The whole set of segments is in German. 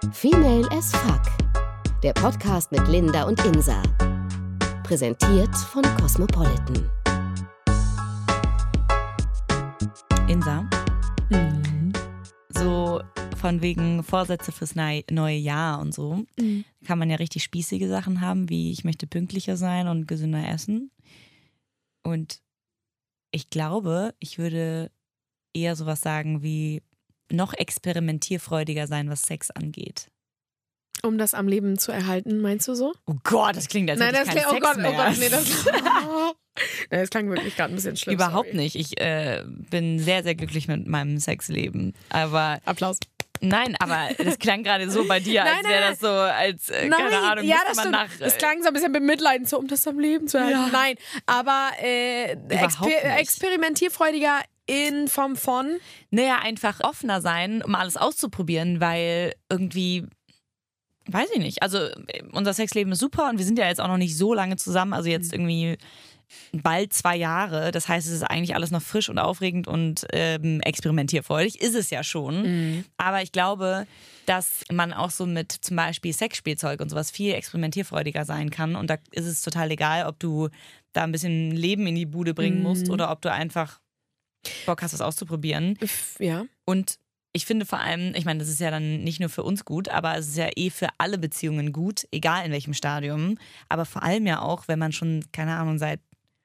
Female as Fuck. Der Podcast mit Linda und Insa. Präsentiert von Cosmopolitan. Insa? So von wegen Vorsätze fürs neue Jahr und so, kann man ja richtig spießige Sachen haben, wie ich möchte pünktlicher sein und gesünder essen. Und ich glaube, ich würde eher sowas sagen wie noch experimentierfreudiger sein, was Sex angeht. Um das am Leben zu erhalten, meinst du so? Oh Gott, das klingt, als hätte ich keinen Sex mehr. Oh Gott, nee, das klang wirklich gerade ein bisschen schlimm. Überhaupt nicht. Ich bin sehr, sehr glücklich mit meinem Sexleben. Aber Applaus. Nein, aber das klang gerade so bei dir, als wäre das so, als, keine Ahnung, ja, das man nach... Das klang so ein bisschen bemitleidend, so um das am Leben zu erhalten. Ja. Nein, aber experimentierfreudiger in Form von? Naja, einfach offener sein, um alles auszuprobieren, weil irgendwie... Weiß ich nicht. Also unser Sexleben ist super und wir sind ja jetzt auch noch nicht so lange zusammen, also jetzt irgendwie bald 2 Jahre. Das heißt, es ist eigentlich alles noch frisch und aufregend und experimentierfreudig. Ist es ja schon. Aber ich glaube, dass man auch so mit zum Beispiel Sexspielzeug und sowas viel experimentierfreudiger sein kann. Und da ist es total egal, ob du da ein bisschen Leben in die Bude bringen musst oder ob du einfach Bock hast, das auszuprobieren. Ja. Und ich finde vor allem, ich meine, das ist ja dann nicht nur für uns gut, aber es ist ja für alle Beziehungen gut, egal in welchem Stadium. Aber vor allem ja auch, wenn man schon, keine Ahnung, seit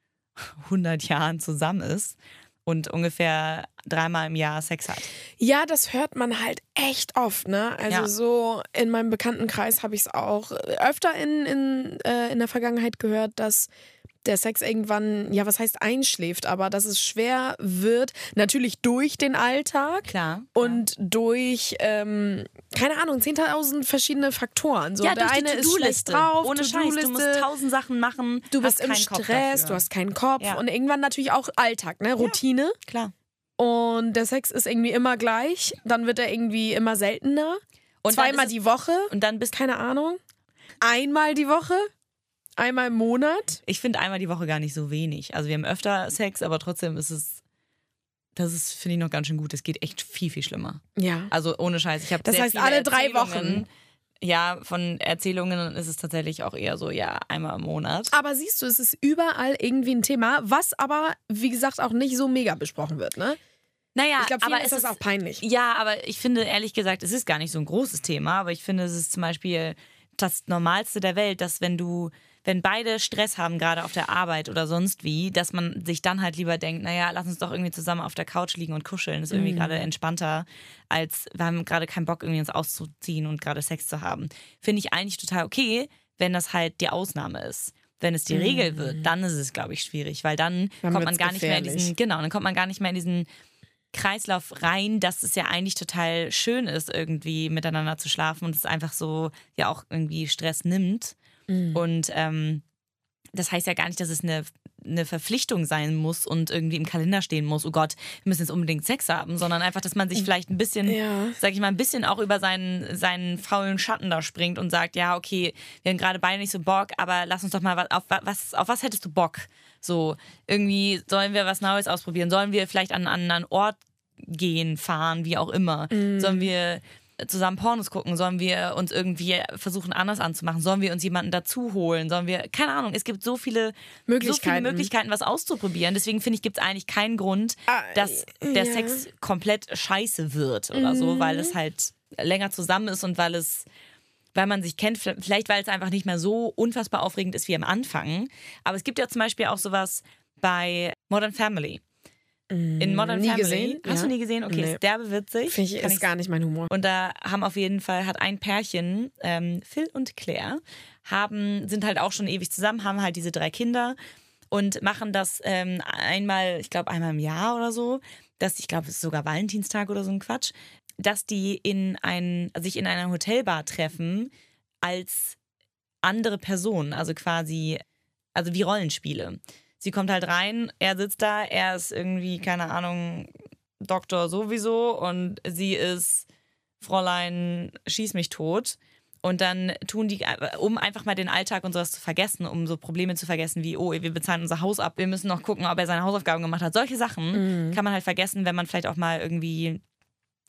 100 Jahren zusammen ist und ungefähr 3-mal im Jahr Sex hat. Ja, das hört man halt echt oft, ne? Also so in meinem Bekanntenkreis habe ich es auch öfter in der Vergangenheit gehört, dass der Sex irgendwann, ja, was heißt einschläft, aber dass es schwer wird, natürlich durch den Alltag. Klar. Und durch, keine Ahnung, 10.000 verschiedene Faktoren. So, ja, der eine ist schlecht drauf, ohne Scheiß, du musst 1000 Sachen machen, du bist im Stress, du hast keinen Kopf und irgendwann natürlich auch Alltag, ne, Routine. Ja, klar. Und der Sex ist irgendwie immer gleich, dann wird er irgendwie immer seltener. Und 2-mal die Woche. Und dann bist keine Ahnung. 1-mal die Woche. 1-mal im Monat? Ich finde 1-mal die Woche gar nicht so wenig. Also wir haben öfter Sex, aber trotzdem ist es, finde ich, noch ganz schön gut. Es geht echt viel, viel schlimmer. Ja. Also ohne Scheiß. Ich habe das sehr heißt viele alle 3 Wochen? Ja, von Erzählungen ist es tatsächlich auch eher so, ja, 1-mal im Monat. Aber siehst du, es ist überall irgendwie ein Thema, was aber, wie gesagt, auch nicht so mega besprochen wird, ne? Naja, ich glaube, aber ist das auch peinlich. Ja, aber ich finde, ehrlich gesagt, es ist gar nicht so ein großes Thema, aber ich finde, es ist zum Beispiel das Normalste der Welt, dass wenn beide Stress haben, gerade auf der Arbeit oder sonst wie, dass man sich dann halt lieber denkt, naja, lass uns doch irgendwie zusammen auf der Couch liegen und kuscheln. Das ist irgendwie gerade entspannter, als wir haben gerade keinen Bock, irgendwie uns auszuziehen und gerade Sex zu haben. Finde ich eigentlich total okay, wenn das halt die Ausnahme ist. Wenn es die Regel wird, dann ist es, glaube ich, schwierig, weil dann kommt man gar nicht mehr in dann kommt man gar nicht mehr in diesen Kreislauf rein, dass es ja eigentlich total schön ist, irgendwie miteinander zu schlafen und es einfach so ja auch irgendwie Stress nimmt. Und das heißt ja gar nicht, dass es eine Verpflichtung sein muss und irgendwie im Kalender stehen muss, oh Gott, wir müssen jetzt unbedingt Sex haben, sondern einfach, dass man sich vielleicht ein bisschen, sag ich mal, ein bisschen auch über seinen faulen Schatten da springt und sagt, ja, okay, wir haben gerade beide nicht so Bock, aber lass uns doch mal, auf was hättest du Bock? So, irgendwie sollen wir was Neues ausprobieren, sollen wir vielleicht an einen anderen Ort gehen, fahren, wie auch immer, sollen wir zusammen Pornos gucken, sollen wir uns irgendwie versuchen anders anzumachen, sollen wir uns jemanden dazu holen, sollen wir, keine Ahnung, es gibt so viele Möglichkeiten, was auszuprobieren, deswegen finde ich, gibt es eigentlich keinen Grund, dass der Sex komplett scheiße wird oder so, weil es halt länger zusammen ist und weil man sich kennt, vielleicht weil es einfach nicht mehr so unfassbar aufregend ist wie am Anfang, aber es gibt ja zum Beispiel auch sowas bei Modern Family. In Modern Family. Gesehen? Hast du nie gesehen? Okay, Nee. ist derbewitzig. Finde ich, ist gar nicht mein Humor. Und da hat ein Pärchen, Phil und Claire, sind halt auch schon ewig zusammen, haben halt diese 3 Kinder und machen das einmal im Jahr oder so, ich glaube, es ist sogar Valentinstag oder so ein Quatsch, dass die sich in einer Hotelbar treffen als andere Personen, also quasi, also wie Rollenspiele. Sie kommt halt rein, er sitzt da, er ist irgendwie, keine Ahnung, Doktor sowieso und sie ist Fräulein schieß mich tot. Und dann tun die, um einfach mal den Alltag und sowas zu vergessen, um so Probleme zu vergessen wie, oh, wir bezahlen unser Haus ab, wir müssen noch gucken, ob er seine Hausaufgaben gemacht hat. Solche Sachen kann man halt vergessen, wenn man vielleicht auch mal irgendwie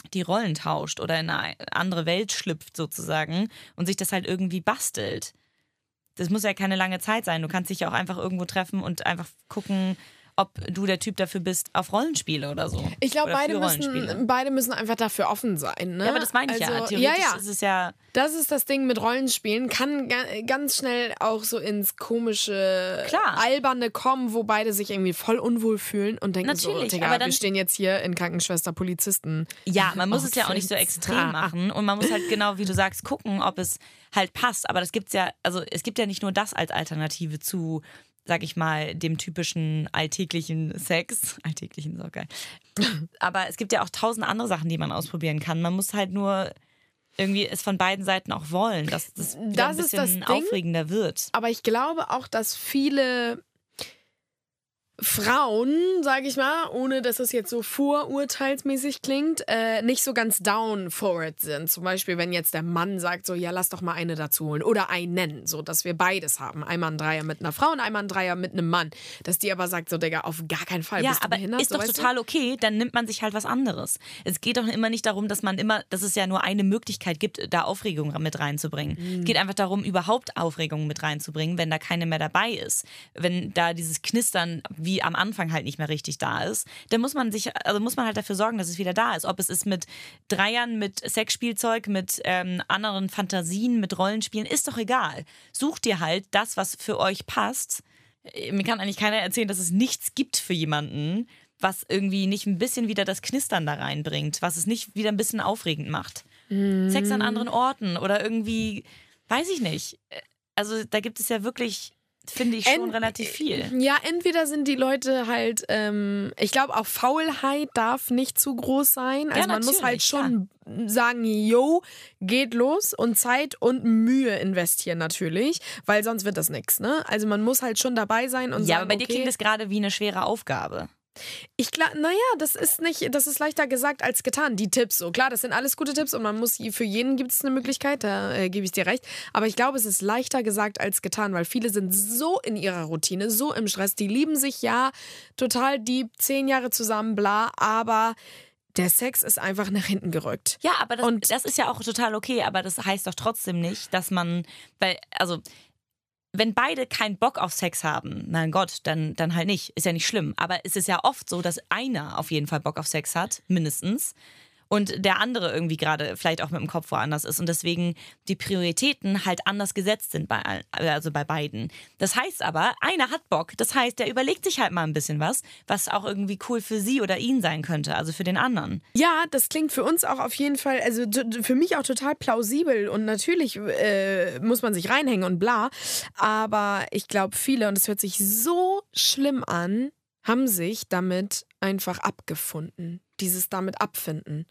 die Rollen tauscht oder in eine andere Welt schlüpft sozusagen und sich das halt irgendwie bastelt. Das muss ja keine lange Zeit sein. Du kannst dich ja auch einfach irgendwo treffen und einfach gucken, ob du der Typ dafür bist auf Rollenspiele oder so. Ich glaube, beide müssen einfach dafür offen sein. Ne? Ja, aber das meine ich ja. Theoretisch ist es ja... Das ist das Ding mit Rollenspielen. Kann ganz schnell auch so ins komische, alberne kommen, wo beide sich irgendwie voll unwohl fühlen und denken so, Digga, wir stehen jetzt hier in Krankenschwester, Polizisten. Ja, man muss es ja auch nicht so extrem machen und man muss halt genau, wie du sagst, gucken, ob es halt passt. Aber das gibt's ja, also es gibt ja nicht nur das als Alternative zu, sag ich mal, dem typischen alltäglichen Sex. Alltäglichen ist auch geil. Aber es gibt ja auch 1000 andere Sachen, die man ausprobieren kann. Man muss halt nur irgendwie es von beiden Seiten auch wollen, dass das wieder ein bisschen aufregender wird. Aber ich glaube auch, dass viele Frauen, sage ich mal, ohne dass es jetzt so vorurteilsmäßig klingt, nicht so ganz down for it sind. Zum Beispiel, wenn jetzt der Mann sagt so, ja, lass doch mal eine dazu holen. Oder einen, so, dass wir beides haben. Einmal einen Dreier mit einer Frau und einmal einen Dreier mit einem Mann. Dass die aber sagt so, Digga, auf gar keinen Fall, bist du behindert? Ja, aber ist doch total okay, dann nimmt man sich halt was anderes. Es geht doch immer nicht darum, dass es ja nur eine Möglichkeit gibt, da Aufregung mit reinzubringen. Es geht einfach darum, überhaupt Aufregung mit reinzubringen, wenn da keine mehr dabei ist. Wenn da dieses Knistern wie am Anfang halt nicht mehr richtig da ist, dann muss man halt dafür sorgen, dass es wieder da ist. Ob es ist mit Dreiern, mit Sexspielzeug, mit anderen Fantasien, mit Rollenspielen, ist doch egal. Sucht dir halt das, was für euch passt. Mir kann eigentlich keiner erzählen, dass es nichts gibt für jemanden, was irgendwie nicht ein bisschen wieder das Knistern da reinbringt, was es nicht wieder ein bisschen aufregend macht. Sex an anderen Orten oder irgendwie, weiß ich nicht. Also da gibt es ja wirklich, finde ich, schon relativ viel. Ja, entweder sind die Leute halt, ich glaube auch Faulheit darf nicht zu groß sein. Also man muss halt schon sagen, yo, geht los und Zeit und Mühe investieren natürlich, weil sonst wird das nichts, ne? Also man muss halt schon dabei sein und sagen, aber bei dir klingt das gerade wie eine schwere Aufgabe. Ich glaube, das ist leichter gesagt als getan, die Tipps so. Klar, das sind alles gute Tipps und für jeden gibt es eine Möglichkeit, da gebe ich dir recht. Aber ich glaube, es ist leichter gesagt als getan, weil viele sind so in ihrer Routine, so im Stress, die lieben sich ja total deep, 10 Jahre zusammen, bla, aber der Sex ist einfach nach hinten gerückt. Ja, aber das ist ja auch total okay, aber das heißt doch trotzdem nicht, dass man, wenn beide keinen Bock auf Sex haben, mein Gott, dann halt nicht. Ist ja nicht schlimm. Aber es ist ja oft so, dass einer auf jeden Fall Bock auf Sex hat, mindestens. Und der andere irgendwie gerade vielleicht auch mit dem Kopf woanders ist. Und deswegen die Prioritäten halt anders gesetzt sind bei beiden. Das heißt aber, einer hat Bock. Das heißt, der überlegt sich halt mal ein bisschen was auch irgendwie cool für sie oder ihn sein könnte, also für den anderen. Ja, das klingt für uns auch auf jeden Fall, also für mich auch total plausibel. Und natürlich muss man sich reinhängen und bla. Aber ich glaube, viele, und es hört sich so schlimm an, haben sich damit einfach abgefunden. Dieses damit abfinden.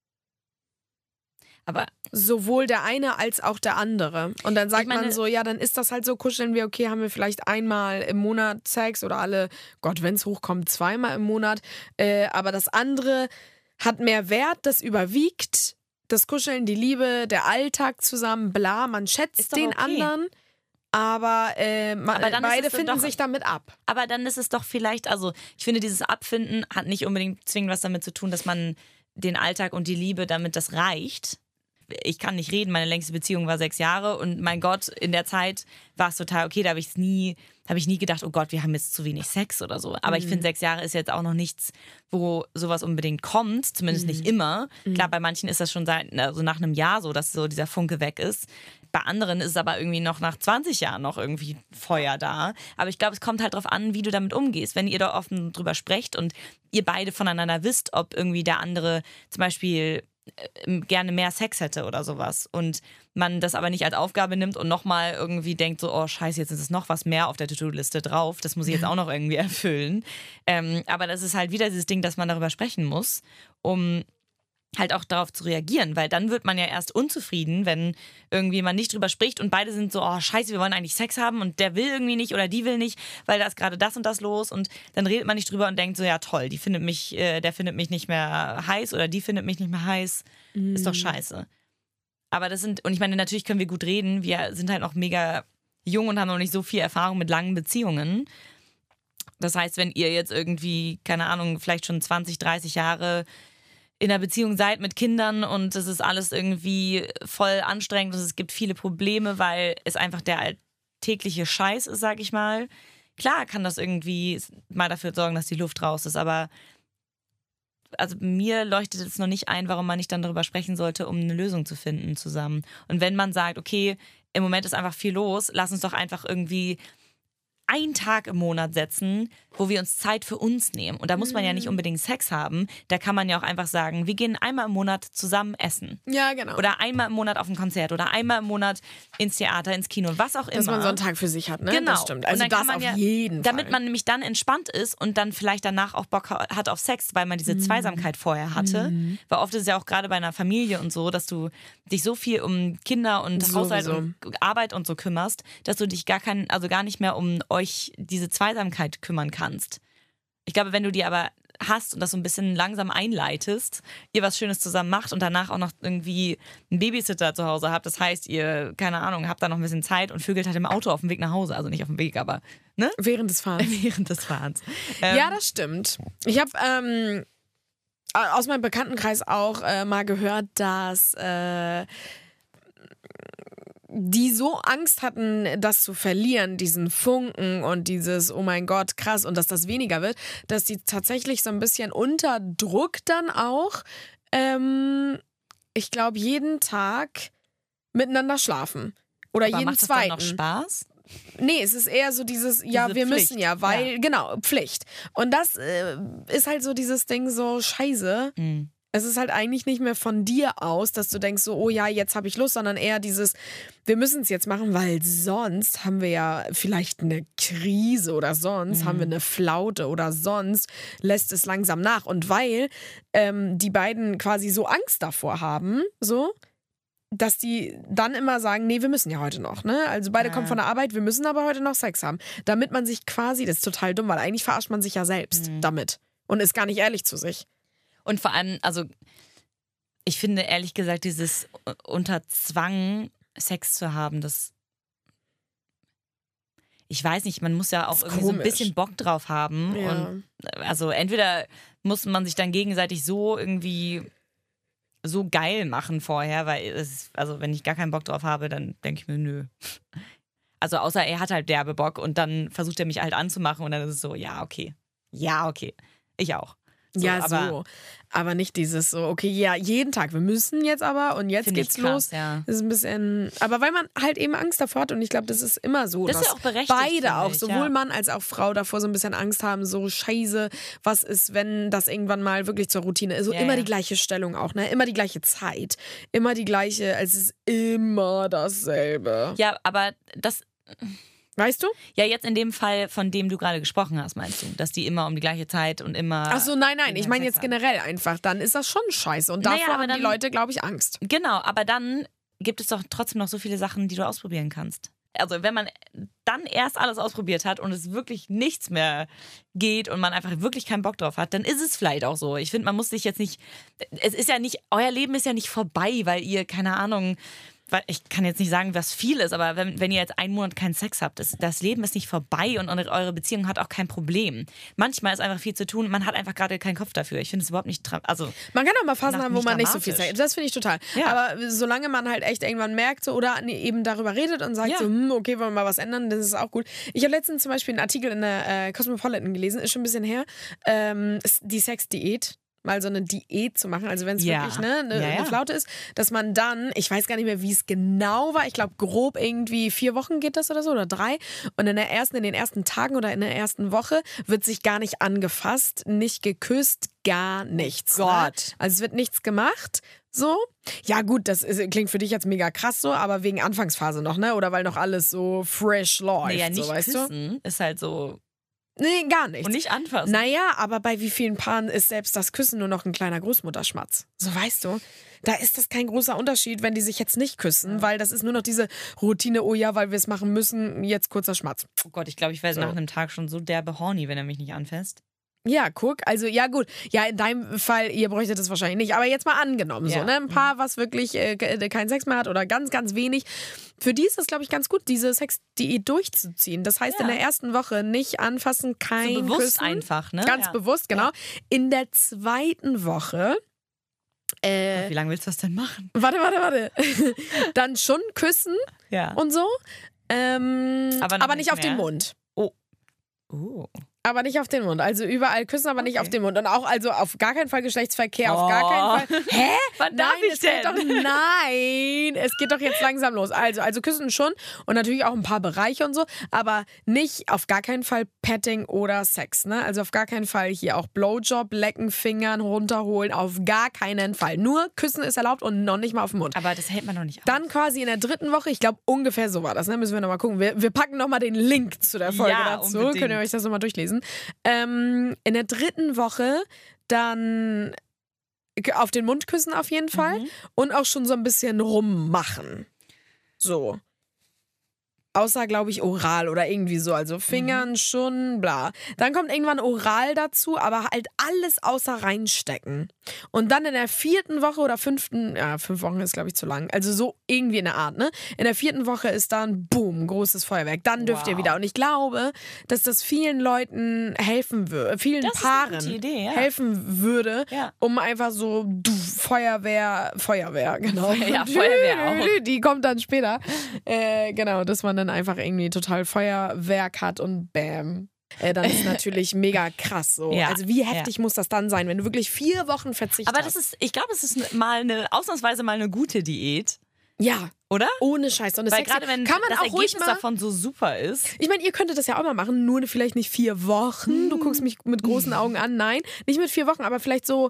Aber sowohl der eine als auch der andere. Und dann sagt man so, ja, dann ist das halt so, kuscheln wir, okay, haben wir vielleicht einmal im Monat Sex oder Gott, wenn es hochkommt, 2-mal im Monat. Aber das andere hat mehr Wert, das überwiegt. Das Kuscheln, die Liebe, der Alltag zusammen, bla, man schätzt den anderen. Aber beide finden sich damit ab. Aber dann ist es doch vielleicht, also ich finde, dieses Abfinden hat nicht unbedingt zwingend was damit zu tun, dass man den Alltag und die Liebe, damit das reicht. Ich kann nicht reden, meine längste Beziehung war 6 Jahre und mein Gott, in der Zeit war es total okay, da habe ich nie gedacht, oh Gott, wir haben jetzt zu wenig Sex oder so. Aber ich finde, 6 Jahre ist jetzt auch noch nichts, wo sowas unbedingt kommt, zumindest nicht immer. Klar, bei manchen ist das schon nach einem Jahr so, dass so dieser Funke weg ist. Bei anderen ist es aber irgendwie noch nach 20 Jahren noch irgendwie Feuer da. Aber ich glaube, es kommt halt drauf an, wie du damit umgehst. Wenn ihr da offen drüber sprecht und ihr beide voneinander wisst, ob irgendwie der andere zum Beispiel gerne mehr Sex hätte oder sowas und man das aber nicht als Aufgabe nimmt und nochmal irgendwie denkt so, oh scheiße, jetzt ist es noch was mehr auf der To-Do-Liste drauf, das muss ich jetzt auch noch irgendwie erfüllen. Aber das ist halt wieder dieses Ding, dass man darüber sprechen muss, um halt auch darauf zu reagieren, weil dann wird man ja erst unzufrieden, wenn irgendwie man nicht drüber spricht und beide sind so, oh scheiße, wir wollen eigentlich Sex haben und der will irgendwie nicht oder die will nicht, weil da ist gerade das und das los und dann redet man nicht drüber und denkt so, ja toll, der findet mich nicht mehr heiß oder die findet mich nicht mehr heiß, ist doch scheiße. Aber und ich meine, natürlich können wir gut reden, wir sind halt noch mega jung und haben noch nicht so viel Erfahrung mit langen Beziehungen. Das heißt, wenn ihr jetzt irgendwie, keine Ahnung, vielleicht schon 20, 30 Jahre in einer Beziehung seid mit Kindern und es ist alles irgendwie voll anstrengend und es gibt viele Probleme, weil es einfach der alltägliche Scheiß ist, sag ich mal. Klar kann das irgendwie mal dafür sorgen, dass die Luft raus ist, aber also mir leuchtet es noch nicht ein, warum man nicht dann darüber sprechen sollte, um eine Lösung zu finden zusammen. Und wenn man sagt, okay, im Moment ist einfach viel los, lass uns doch einfach irgendwie einen Tag im Monat setzen, wo wir uns Zeit für uns nehmen. Und da muss man ja nicht unbedingt Sex haben. Da kann man ja auch einfach sagen, wir gehen einmal im Monat zusammen essen. Ja, genau. Oder einmal im Monat auf ein Konzert oder einmal im Monat ins Theater, ins Kino, was auch immer. Dass man so einen Tag für sich hat, ne? Genau. Das stimmt. Also das auf jeden Fall. Damit man nämlich dann entspannt ist und dann vielleicht danach auch Bock hat auf Sex, weil man diese Zweisamkeit vorher hatte. Weil oft ist es ja auch gerade bei einer Familie und so, dass du dich so viel um Kinder und Haushalt und Arbeit und so kümmerst, dass du dich gar nicht mehr um euch diese Zweisamkeit kümmern kannst. Ich glaube, wenn du die aber hast und das so ein bisschen langsam einleitest, ihr was Schönes zusammen macht und danach auch noch irgendwie einen Babysitter zu Hause habt, das heißt, ihr, keine Ahnung, habt da noch ein bisschen Zeit und vögelt halt im Auto auf dem Weg nach Hause, also nicht auf dem Weg, aber ne? Während des Fahrens. Während des Fahrens. Ja, das stimmt. Ich habe aus meinem Bekanntenkreis auch mal gehört, dass die so Angst hatten, das zu verlieren, diesen Funken und dieses, oh mein Gott, krass, und dass das weniger wird, dass die tatsächlich so ein bisschen unter Druck dann auch, ich glaube, jeden Tag miteinander schlafen. Oder aber jeden macht zweiten. Das dann noch Spaß? Nee, es ist eher so dieses, ja, wir Pflicht. müssen ja, weil, genau, Pflicht. Und das ist halt so dieses Ding so, scheiße. Es ist halt eigentlich nicht mehr von dir aus, dass du denkst so, oh ja, jetzt habe ich Lust, sondern eher dieses, wir müssen es jetzt machen, weil sonst haben wir ja vielleicht eine Krise oder sonst haben wir eine Flaute oder sonst lässt es langsam nach. Und weil die beiden quasi so Angst davor haben, so, dass die dann immer sagen, nee, wir müssen ja heute noch, ne? Also beide kommen von der Arbeit, wir müssen aber heute noch Sex haben. Damit man sich quasi, das ist total dumm, weil eigentlich verarscht man sich ja selbst damit und ist gar nicht ehrlich zu sich. Und vor allem, also ich finde ehrlich gesagt, dieses unter Zwang Sex zu haben, das, ich weiß nicht, man muss ja auch irgendwie so ein bisschen Bock drauf haben. Ja. Und also entweder muss man sich dann gegenseitig so irgendwie so geil machen vorher, weil also wenn ich gar keinen Bock drauf habe, dann denke ich mir, nö. Also außer er hat halt derbe Bock und dann versucht er mich halt anzumachen und dann ist es so, ja, okay. Ja, okay. Ich auch. So, ja, aber nicht dieses so, okay, ja, jeden Tag, wir müssen jetzt aber und jetzt geht's krass, los. Ja. Das ist ein bisschen, aber weil man halt eben Angst davor hat und ich glaube, das ist immer so, das dass ist ja auch berechtigt, beide auch, sowohl ja. Mann als auch Frau davor so ein bisschen Angst haben, so scheiße, was ist, wenn das irgendwann mal wirklich zur Routine ist. So immer die gleiche Stellung auch, ne? Immer die gleiche Zeit, immer die gleiche, es ist immer dasselbe. Ja, aber das... Weißt du? Ja, jetzt in dem Fall, von dem du gerade gesprochen hast, meinst du, dass die immer um die gleiche Zeit und immer... Ach so, nein, ich meine jetzt generell einfach, dann ist das schon scheiße und davor haben die Leute, glaube ich, Angst. Genau, aber dann gibt es doch trotzdem noch so viele Sachen, die du ausprobieren kannst. Also wenn man dann erst alles ausprobiert hat und es wirklich nichts mehr geht und man einfach wirklich keinen Bock drauf hat, dann ist es vielleicht auch so. Ich finde, man muss sich jetzt nicht... Es ist ja nicht... Euer Leben ist ja nicht vorbei, weil ihr, keine Ahnung... Ich kann jetzt nicht sagen, was viel ist, aber wenn ihr jetzt einen Monat keinen Sex habt, das Leben ist nicht vorbei und eure Beziehung hat auch kein Problem. Manchmal ist einfach viel zu tun, man hat einfach gerade keinen Kopf dafür. Ich finde es überhaupt nicht... Also man kann auch mal Phasen haben, wo man nicht so viel Sex hat. Das finde ich total. Ja. Aber solange man halt echt irgendwann merkt so, oder eben darüber redet und sagt so, okay, wollen wir mal was ändern, das ist auch gut. Ich habe letztens zum Beispiel einen Artikel in der Cosmopolitan gelesen, ist schon ein bisschen her, die Sexdiät. Mal so eine Diät zu machen, also wenn es wirklich eine Flaute ist, dass man dann, ich weiß gar nicht mehr, wie es genau war, ich glaube grob irgendwie 4 Wochen geht das oder so oder 3 und in den ersten Tagen oder in der ersten Woche wird sich gar nicht angefasst, nicht geküsst, gar nichts. Gott. Ne? Also es wird nichts gemacht, so. Ja gut, klingt für dich jetzt mega krass so, aber wegen Anfangsphase noch, ne? Oder weil noch alles so fresh läuft, naja, nicht so, weißt küssen ist halt so... Nee, gar nicht. Und nicht anfassen. Naja, aber bei wie vielen Paaren ist selbst das Küssen nur noch ein kleiner Großmutterschmatz? So, weißt du, da ist das kein großer Unterschied, wenn die sich jetzt nicht küssen, weil das ist nur noch diese Routine, oh ja, weil wir es machen müssen, jetzt kurzer Schmatz. Oh Gott, ich glaube, ich werde nach einem Tag schon so derbe horny, wenn er mich nicht anfasst. Ja, guck, also ja gut, ja in deinem Fall, ihr bräuchtet das wahrscheinlich nicht, aber jetzt mal angenommen so, ne, ein Paar, was wirklich keinen Sex mehr hat oder ganz, ganz wenig, für die ist das, glaube ich, ganz gut, diese Sexdiät durchzuziehen. Das heißt, in der ersten Woche nicht anfassen, kein so bewusst Küssen. Einfach, ne? Ganz bewusst, genau. In der zweiten Woche Wie lange willst du das denn machen? Warte. Dann schon küssen und so. Aber nicht auf den Mund. Oh. Aber nicht auf den Mund. Also überall küssen, aber nicht auf den Mund. Und auch also auf gar keinen Fall Geschlechtsverkehr, auf gar keinen Fall. Hä? Wann darf ich denn? Nein, es geht doch jetzt langsam los. Also küssen schon und natürlich auch ein paar Bereiche und so, aber nicht auf gar keinen Fall Petting oder Sex. Ne? Also auf gar keinen Fall hier auch Blowjob, lecken, Fingern, runterholen, auf gar keinen Fall. Nur küssen ist erlaubt und noch nicht mal auf den Mund. Aber das hält man noch nicht aus. Dann quasi in der 3. Woche, ich glaube ungefähr so war das, ne? Müssen wir nochmal gucken. Wir packen nochmal den Link zu der Folge dazu. Unbedingt. Könnt ihr euch das nochmal durchlesen. In der 3. Woche dann auf den Mund küssen auf jeden Fall und auch schon so ein bisschen rummachen. So. Außer, glaube ich, oral oder irgendwie so. Also Fingern schon, bla. Dann kommt irgendwann oral dazu, aber halt alles außer reinstecken. Und dann in der 4. Woche oder 5. 5 Wochen ist, glaube ich, zu lang. Also so irgendwie in der Art, ne? In der 4. Woche ist dann, boom, großes Feuerwerk. Dann dürft ihr wieder. Und ich glaube, dass das vielen Leuten helfen würde, vielen Paaren helfen würde, um einfach so, Feuerwehr, genau. Ja, Feuerwehr auch. Die kommt dann später. Genau, dass man dann einfach irgendwie total Feuerwerk hat und bam. Dann ist natürlich mega krass so. Ja, also wie heftig muss das dann sein, wenn du wirklich 4 Wochen Verzicht hast? Aber ich glaube, es ist ausnahmsweise mal eine gute Diät. Ja. Oder? Ohne Scheiß. Und weil gerade wenn kann man das auch Ergebnis davon so super ist. Ich meine, ihr könntet das ja auch mal machen, nur vielleicht nicht 4 Wochen. Du guckst mich mit großen Augen an. Nein, nicht mit 4 Wochen, aber vielleicht so...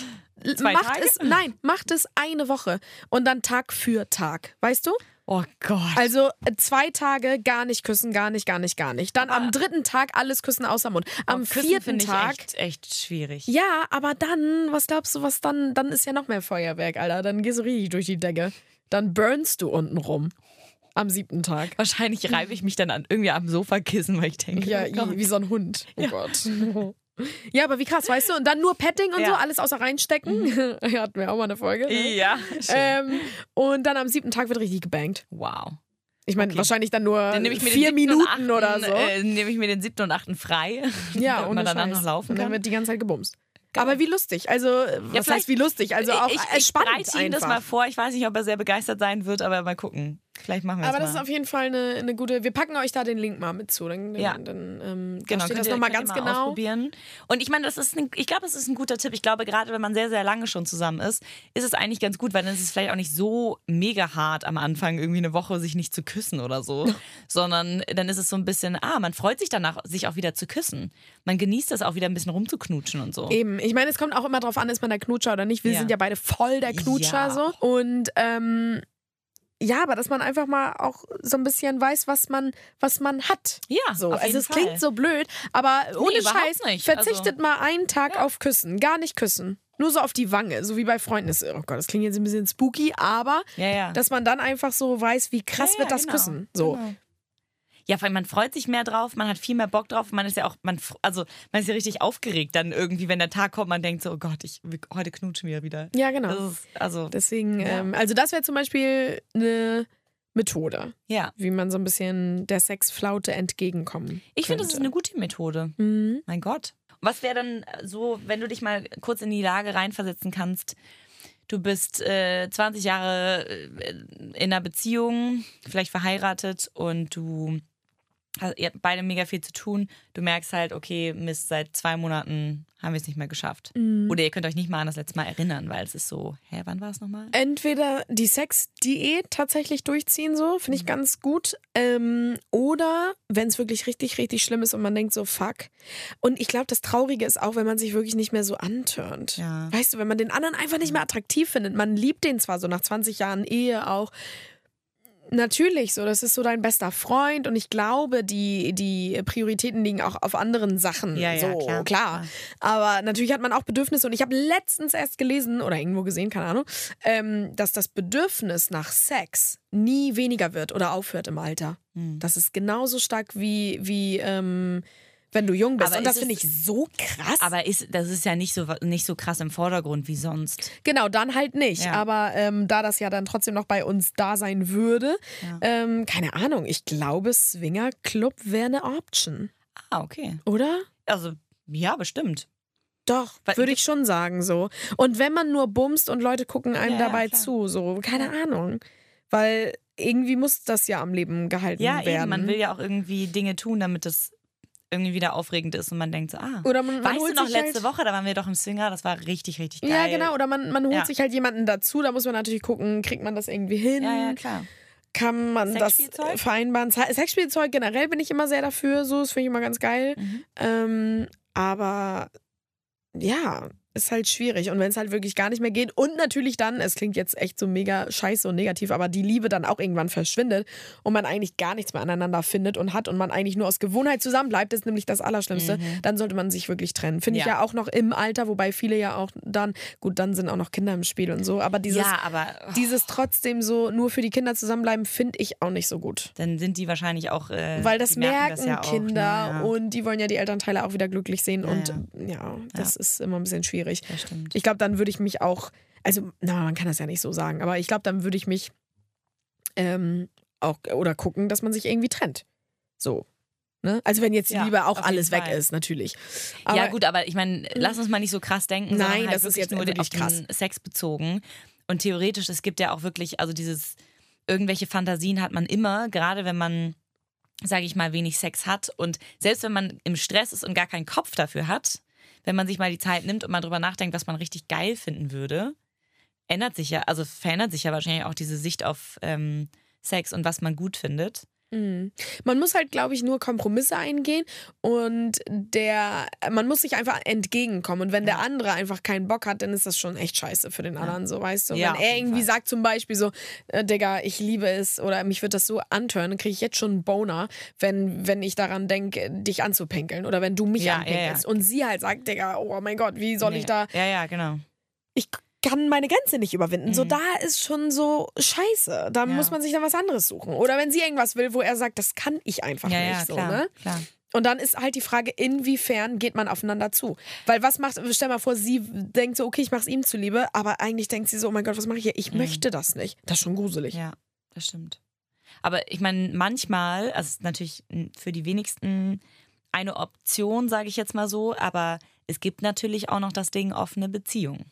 2 Tage? Macht es eine Woche und dann Tag für Tag. Weißt du? Oh Gott. Also 2 Tage gar nicht küssen, gar nicht. Dann am 3. Tag alles küssen außer Mund. Am 4. Tag echt schwierig. Ja, aber dann, was glaubst du, was dann ist ja noch mehr Feuerwerk, Alter. Dann gehst du richtig durch die Decke. Dann burnst du unten rum. Am 7. Tag. Wahrscheinlich reibe ich mich dann irgendwie am Sofakissen, weil ich denke, ja, wie so ein Hund. Oh Gott. Ja, aber wie krass, weißt du? Und dann nur Petting und so, alles außer reinstecken. Hatten wir auch mal eine Folge. Ne? Ja, schön. Und dann am 7. Tag wird richtig gebankt. Wow. Ich meine, wahrscheinlich dann nur 4 Minuten oder so. Nehme ich mir den 7. und 8. frei, ja, und man danach noch laufen kann. Und dann wird die ganze Zeit gebumst. Aber wie lustig. Also, was heißt wie lustig? Also auch ich spannend bereite ihm das mal vor. Ich weiß nicht, ob er sehr begeistert sein wird, aber mal gucken. Vielleicht machen wir aber das mal. Aber das ist auf jeden Fall eine gute... Wir packen euch da den Link mal mit zu. Dann genau, steht das nochmal ganz genau. Ausprobieren. Und ich meine, ich glaube, das ist ein guter Tipp. Ich glaube, gerade wenn man sehr, sehr lange schon zusammen ist es eigentlich ganz gut, weil dann ist es vielleicht auch nicht so mega hart am Anfang, irgendwie eine Woche sich nicht zu küssen oder so. Sondern dann ist es so ein bisschen, man freut sich danach, sich auch wieder zu küssen. Man genießt das auch wieder ein bisschen rumzuknutschen und so. Eben. Ich meine, es kommt auch immer drauf an, ist man der Knutscher oder nicht. Wir sind ja beide voll der Knutscher so. Und ja, aber dass man einfach mal auch so ein bisschen weiß, was man hat. Ja, so. Auf jeden Also es Fall. klingt so blöd, aber ohne Scheiß, nicht. verzichtet mal einen Tag auf Küssen. Gar nicht küssen. Nur so auf die Wange, so wie bei Freunden. Oh Gott, das klingt jetzt ein bisschen spooky, aber dass man dann einfach so weiß, wie krass wird das Küssen. So. Genau. Ja, weil man freut sich mehr drauf, man hat viel mehr Bock drauf, man ist ja auch, man ist ja richtig aufgeregt dann irgendwie, wenn der Tag kommt, man denkt so, oh Gott, heute knutschen wir wieder. Ja, genau. Deswegen, also das wäre zum Beispiel eine Methode, wie man so ein bisschen der Sexflaute entgegenkommen Ich finde, das ist eine gute Methode. Mein Gott. Was wäre dann so, wenn du dich mal kurz in die Lage reinversetzen kannst, du bist 20 Jahre in einer Beziehung, vielleicht verheiratet und ihr habt beide mega viel zu tun. Du merkst halt, okay, Mist, seit 2 Monaten haben wir es nicht mehr geschafft. Oder ihr könnt euch nicht mal an das letzte Mal erinnern, weil es ist so, wann war es nochmal? Entweder die Sexdiät tatsächlich durchziehen, so, finde ich ganz gut. Oder wenn es wirklich richtig, richtig schlimm ist und man denkt so, fuck. Und ich glaube, das Traurige ist auch, wenn man sich wirklich nicht mehr so antörnt. Ja. Weißt du, wenn man den anderen einfach nicht mehr attraktiv findet. Man liebt den zwar so nach 20 Jahren Ehe auch. Natürlich, so, das ist so dein bester Freund und ich glaube, die Prioritäten liegen auch auf anderen Sachen. Ja, so, klar. Ja. Aber natürlich hat man auch Bedürfnisse und ich habe letztens erst gelesen oder irgendwo gesehen, keine Ahnung, dass das Bedürfnis nach Sex nie weniger wird oder aufhört im Alter. Das ist genauso stark wie wenn du jung bist. Aber und das finde ich so krass. Aber das ist ja nicht so krass im Vordergrund wie sonst. Genau, dann halt nicht. Ja. Aber da das ja dann trotzdem noch bei uns da sein würde, keine Ahnung, ich glaube, Swingerclub wäre eine Option. Ah, okay. Oder? Also, ja, bestimmt. Doch, würde ich schon sagen so. Und wenn man nur bumst und Leute gucken einem dabei zu, so, keine Ahnung. Weil irgendwie muss das ja am Leben gehalten werden. Ja, eben, man will ja auch irgendwie Dinge tun, damit es irgendwie wieder aufregend ist und man denkt so, oder man weißt holt du noch, sich letzte Woche, da waren wir doch im Swinger, das war richtig, richtig geil. Ja, genau, oder man holt sich halt jemanden dazu, da muss man natürlich gucken, kriegt man das irgendwie hin? Ja, klar. Kann man das vereinbaren? Sexspielzeug generell bin ich immer sehr dafür, so, das finde ich immer ganz geil. Aber ja, ist halt schwierig. Und wenn es halt wirklich gar nicht mehr geht und natürlich dann, es klingt jetzt echt so mega scheiße und negativ, aber die Liebe dann auch irgendwann verschwindet und man eigentlich gar nichts mehr aneinander findet und hat und man eigentlich nur aus Gewohnheit zusammenbleibt, ist nämlich das Allerschlimmste, dann sollte man sich wirklich trennen. Finde ich ja auch noch im Alter, wobei viele ja auch dann, gut, dann sind auch noch Kinder im Spiel und so, aber dieses trotzdem so nur für die Kinder zusammenbleiben, finde ich auch nicht so gut. Dann sind die wahrscheinlich auch weil das merken das ja Kinder auch, und die wollen ja die Elternteile auch wieder glücklich sehen und das ist immer ein bisschen schwierig. Das stimmt. Ich glaube, dann würde ich mich auch, also, man kann das ja nicht so sagen, aber ich glaube, dann würde ich mich auch, oder gucken, dass man sich irgendwie trennt. So. Ne? Also wenn jetzt die Liebe auch alles weg ist, natürlich. Aber, ja gut, aber ich meine, lass uns mal nicht so krass denken, sondern halt das ist jetzt nur wirklich auf den Sex bezogen. Und theoretisch, es gibt ja auch wirklich, also irgendwelche Fantasien hat man immer, gerade wenn man, sage ich mal, wenig Sex hat und selbst wenn man im Stress ist und gar keinen Kopf dafür hat, wenn man sich mal die Zeit nimmt und mal drüber nachdenkt, was man richtig geil finden würde, verändert sich ja wahrscheinlich auch diese Sicht auf Sex und was man gut findet. Man muss halt, glaube ich, nur Kompromisse eingehen und man muss sich einfach entgegenkommen. Und wenn der andere einfach keinen Bock hat, dann ist das schon echt scheiße für den anderen, so, weißt du. Ja, wenn er irgendwie sagt zum Beispiel so, Digga, ich liebe es oder mich wird das so antören, dann kriege ich jetzt schon einen Boner, wenn ich daran denke, dich anzupinkeln oder wenn du mich anpinkelst. Und sie halt sagt, Digga, oh mein Gott, wie soll ich da... Ja, genau. Ich kann meine Grenze nicht überwinden. So, da ist schon so scheiße. Da muss man sich dann was anderes suchen. Oder wenn sie irgendwas will, wo er sagt, das kann ich einfach nicht. Ja, so, klar, ne? Klar. Und dann ist halt die Frage, inwiefern geht man aufeinander zu? Weil stell mal vor, sie denkt so, okay, ich mach's ihm zuliebe, aber eigentlich denkt sie so, oh mein Gott, was mache ich hier? Ich möchte das nicht. Das ist schon gruselig. Ja, das stimmt. Aber ich meine, manchmal, also es ist natürlich für die wenigsten eine Option, sage ich jetzt mal so, aber es gibt natürlich auch noch das Ding offene Beziehung.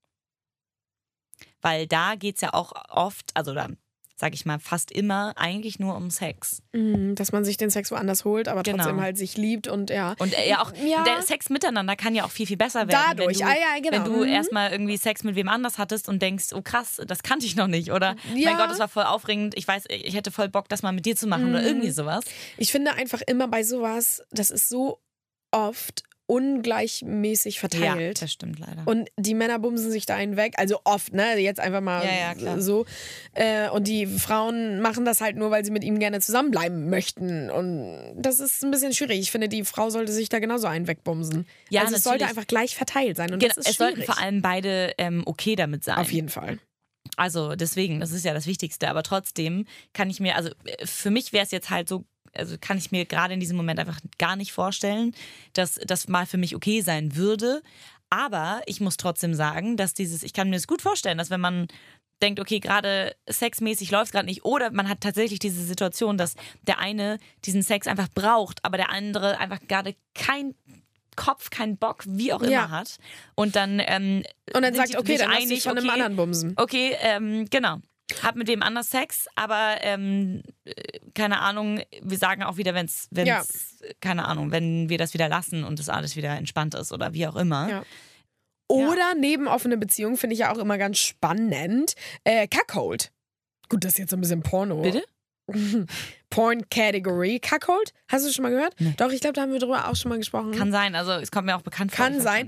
Weil da geht es ja auch oft, also da sage ich mal fast immer, eigentlich nur um Sex. Dass man sich den Sex woanders holt, aber trotzdem halt sich liebt und ja. Und der Sex miteinander kann ja auch viel, viel besser werden. Dadurch, wenn du erstmal irgendwie Sex mit wem anders hattest und denkst, oh krass, das kannte ich noch nicht. Oder mein Gott, das war voll aufregend, ich weiß, ich hätte voll Bock, das mal mit dir zu machen oder irgendwie sowas. Ich finde einfach immer bei sowas, das ist so oft ungleichmäßig verteilt. Ja, das stimmt leider. Und die Männer bumsen sich da einen weg, also oft, ne, jetzt einfach mal so. Und die Frauen machen das halt nur, weil sie mit ihm gerne zusammenbleiben möchten. Und das ist ein bisschen schwierig. Ich finde, die Frau sollte sich da genauso einen wegbumsen. Ja, also es sollte einfach gleich verteilt sein. Und das ist es sollten vor allem beide okay damit sein. Auf jeden Fall. Also deswegen, das ist ja das Wichtigste. Aber trotzdem kann ich mir, also für mich wäre es jetzt halt so, also kann ich mir gerade in diesem Moment einfach gar nicht vorstellen, dass das mal für mich okay sein würde. Aber ich muss trotzdem sagen, dass ich kann mir das gut vorstellen, dass wenn man denkt, okay, gerade sexmäßig läuft es gerade nicht oder man hat tatsächlich diese Situation, dass der eine diesen Sex einfach braucht, aber der andere einfach gerade keinen Kopf, keinen Bock, wie auch immer hat. Und dann sagt, okay, dann lass dich von einem anderen bumsen. Okay, genau. Hab mit dem anders Sex, aber keine Ahnung, wir sagen auch wieder, wenn's keine Ahnung, wenn wir das wieder lassen und das alles wieder entspannt ist oder wie auch immer. Ja. Oder neben offene Beziehungen finde ich ja auch immer ganz spannend. Cuckold. Gut, das ist jetzt so ein bisschen Porno. Bitte? Porn-Category. Cuckold? Hast du das schon mal gehört? Nee. Doch, ich glaube, da haben wir drüber auch schon mal gesprochen. Kann sein, also es kommt mir auch bekannt vor. Kann sein.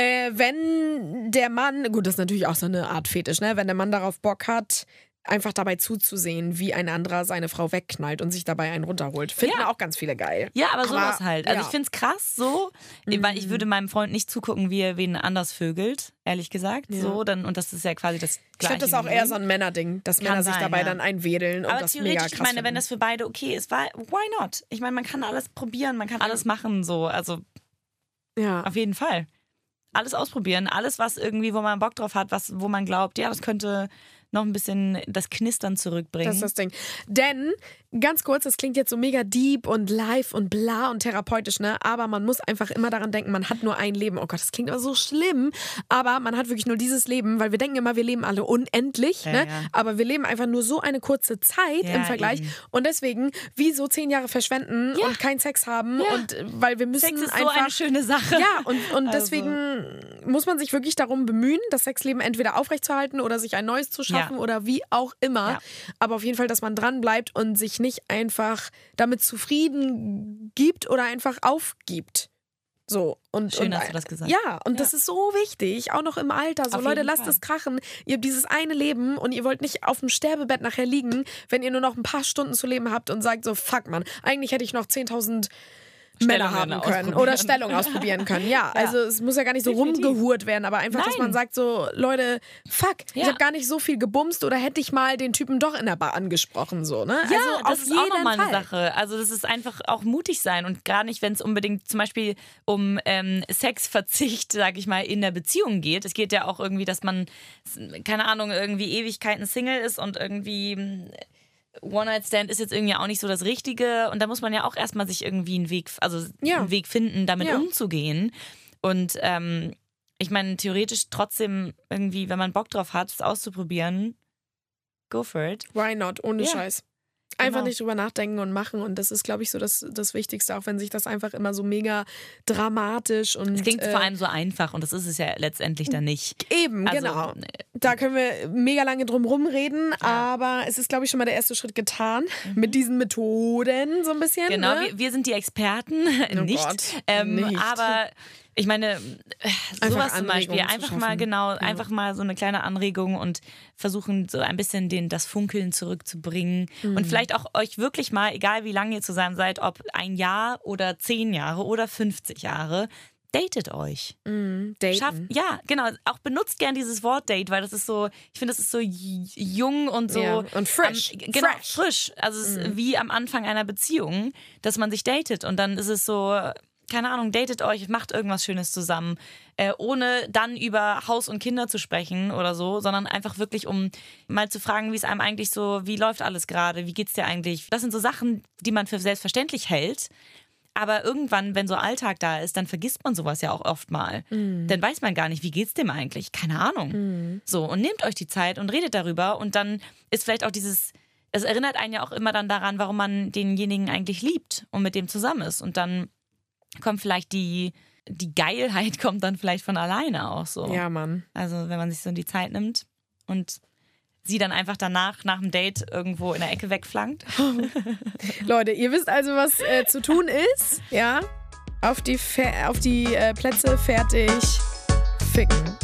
Wenn der Mann, gut, das ist natürlich auch so eine Art Fetisch, ne? Wenn der Mann darauf Bock hat, einfach dabei zuzusehen, wie ein anderer seine Frau wegknallt und sich dabei einen runterholt. Finden auch ganz viele geil. Ja, aber sowas halt. Also ich finde es krass so, weil ich würde meinem Freund nicht zugucken, wie er wen anders vögelt, ehrlich gesagt. Ja. So, und das ist ja quasi das Gleiche. Ich finde das auch eher so ein Männerding, dass Männer sich dabei dann einwedeln und das mega krass ich meine, wenn das für beide okay ist, why not? Ich meine, man kann alles probieren, man kann alles machen, so, also auf jeden Fall. Alles ausprobieren, alles was irgendwie, wo man Bock drauf hat, wo man glaubt, ja, das könnte noch ein bisschen das Knistern zurückbringen. Das ist das Ding. Denn, ganz kurz, das klingt jetzt so mega deep und live und bla und therapeutisch, ne? Aber man muss einfach immer daran denken, man hat nur ein Leben. Oh Gott, das klingt aber so schlimm. Aber man hat wirklich nur dieses Leben, weil wir denken immer, wir leben alle unendlich, ne? Ja. Aber wir leben einfach nur so eine kurze Zeit im Vergleich. Eben. Und deswegen, wieso 10 Jahre verschwenden und keinen Sex haben? Und weil wir müssen Sex ist einfach... so eine schöne Sache. Ja, und deswegen muss man sich wirklich darum bemühen, das Sexleben entweder aufrechtzuerhalten oder sich ein neues zu schaffen oder wie auch immer. Ja. Aber auf jeden Fall, dass man dran bleibt und sich nicht einfach damit zufrieden gibt oder einfach aufgibt. So. Schön hast du das gesagt. Ja, und das ist so wichtig, auch noch im Alter. So, Leute, lasst es krachen. Ihr habt dieses eine Leben und ihr wollt nicht auf dem Sterbebett nachher liegen, wenn ihr nur noch ein paar Stunden zu leben habt und sagt so, fuck man, eigentlich hätte ich noch 10.000 Männer haben können oder Stellung ausprobieren können. Ja, also es muss ja gar nicht so rumgehurt werden, aber einfach, dass man sagt so, Leute, fuck, ich habe gar nicht so viel gebumst oder hätte ich mal den Typen doch in der Bar angesprochen, so, ne? Ja, also das ist auch nochmal eine Sache. Also das ist einfach auch mutig sein und gar nicht, wenn es unbedingt zum Beispiel um Sexverzicht, sag ich mal, in der Beziehung geht. Es geht ja auch irgendwie, dass man, keine Ahnung, irgendwie Ewigkeiten Single ist und irgendwie... One-Night-Stand ist jetzt irgendwie auch nicht so das Richtige und da muss man ja auch erstmal sich irgendwie einen Weg finden, damit umzugehen. Und ich meine, theoretisch trotzdem irgendwie, wenn man Bock drauf hat, es auszuprobieren, go for it. Why not? Ohne Scheiß. Einfach nicht drüber nachdenken und machen. Und das ist, glaube ich, so das Wichtigste, auch wenn sich das einfach immer so mega dramatisch und... Es klingt vor allem so einfach und das ist es ja letztendlich dann nicht. Eben, also, genau. Da können wir mega lange drum rumreden, aber es ist, glaube ich, schon mal der erste Schritt getan mit diesen Methoden so ein bisschen. Genau, ne? wir sind die Experten, nicht. Nicht. Aber... Ich meine, sowas zum Beispiel, einfach mal so eine kleine Anregung und versuchen so ein bisschen das Funkeln zurückzubringen und vielleicht auch euch wirklich mal, egal wie lange ihr zusammen seid, ob 1 Jahr oder 10 Jahre oder 50 Jahre, datet euch. Daten. Ja, genau. Auch benutzt gern dieses Wort Date, weil das ist so, ich finde, das ist so jung und so. Ja, und frisch. Frisch. Also es ist wie am Anfang einer Beziehung, dass man sich datet und dann ist es so... Keine Ahnung, datet euch, macht irgendwas Schönes zusammen, ohne dann über Haus und Kinder zu sprechen oder so, sondern einfach wirklich, um mal zu fragen, wie es einem eigentlich so, wie läuft alles gerade, wie geht's dir eigentlich? Das sind so Sachen, die man für selbstverständlich hält, aber irgendwann, wenn so Alltag da ist, dann vergisst man sowas ja auch oft mal. Dann weiß man gar nicht, wie geht's dem eigentlich? Keine Ahnung. So, und nehmt euch die Zeit und redet darüber und dann ist vielleicht auch es erinnert einen ja auch immer dann daran, warum man denjenigen eigentlich liebt und mit dem zusammen ist und dann kommt vielleicht die Geilheit kommt dann vielleicht von alleine auch so. Ja, Mann. Also wenn man sich so die Zeit nimmt und sie dann einfach danach, nach dem Date, irgendwo in der Ecke wegflankt. Leute, ihr wisst also, was zu tun ist. Ja? Auf die Plätze, fertig, ficken.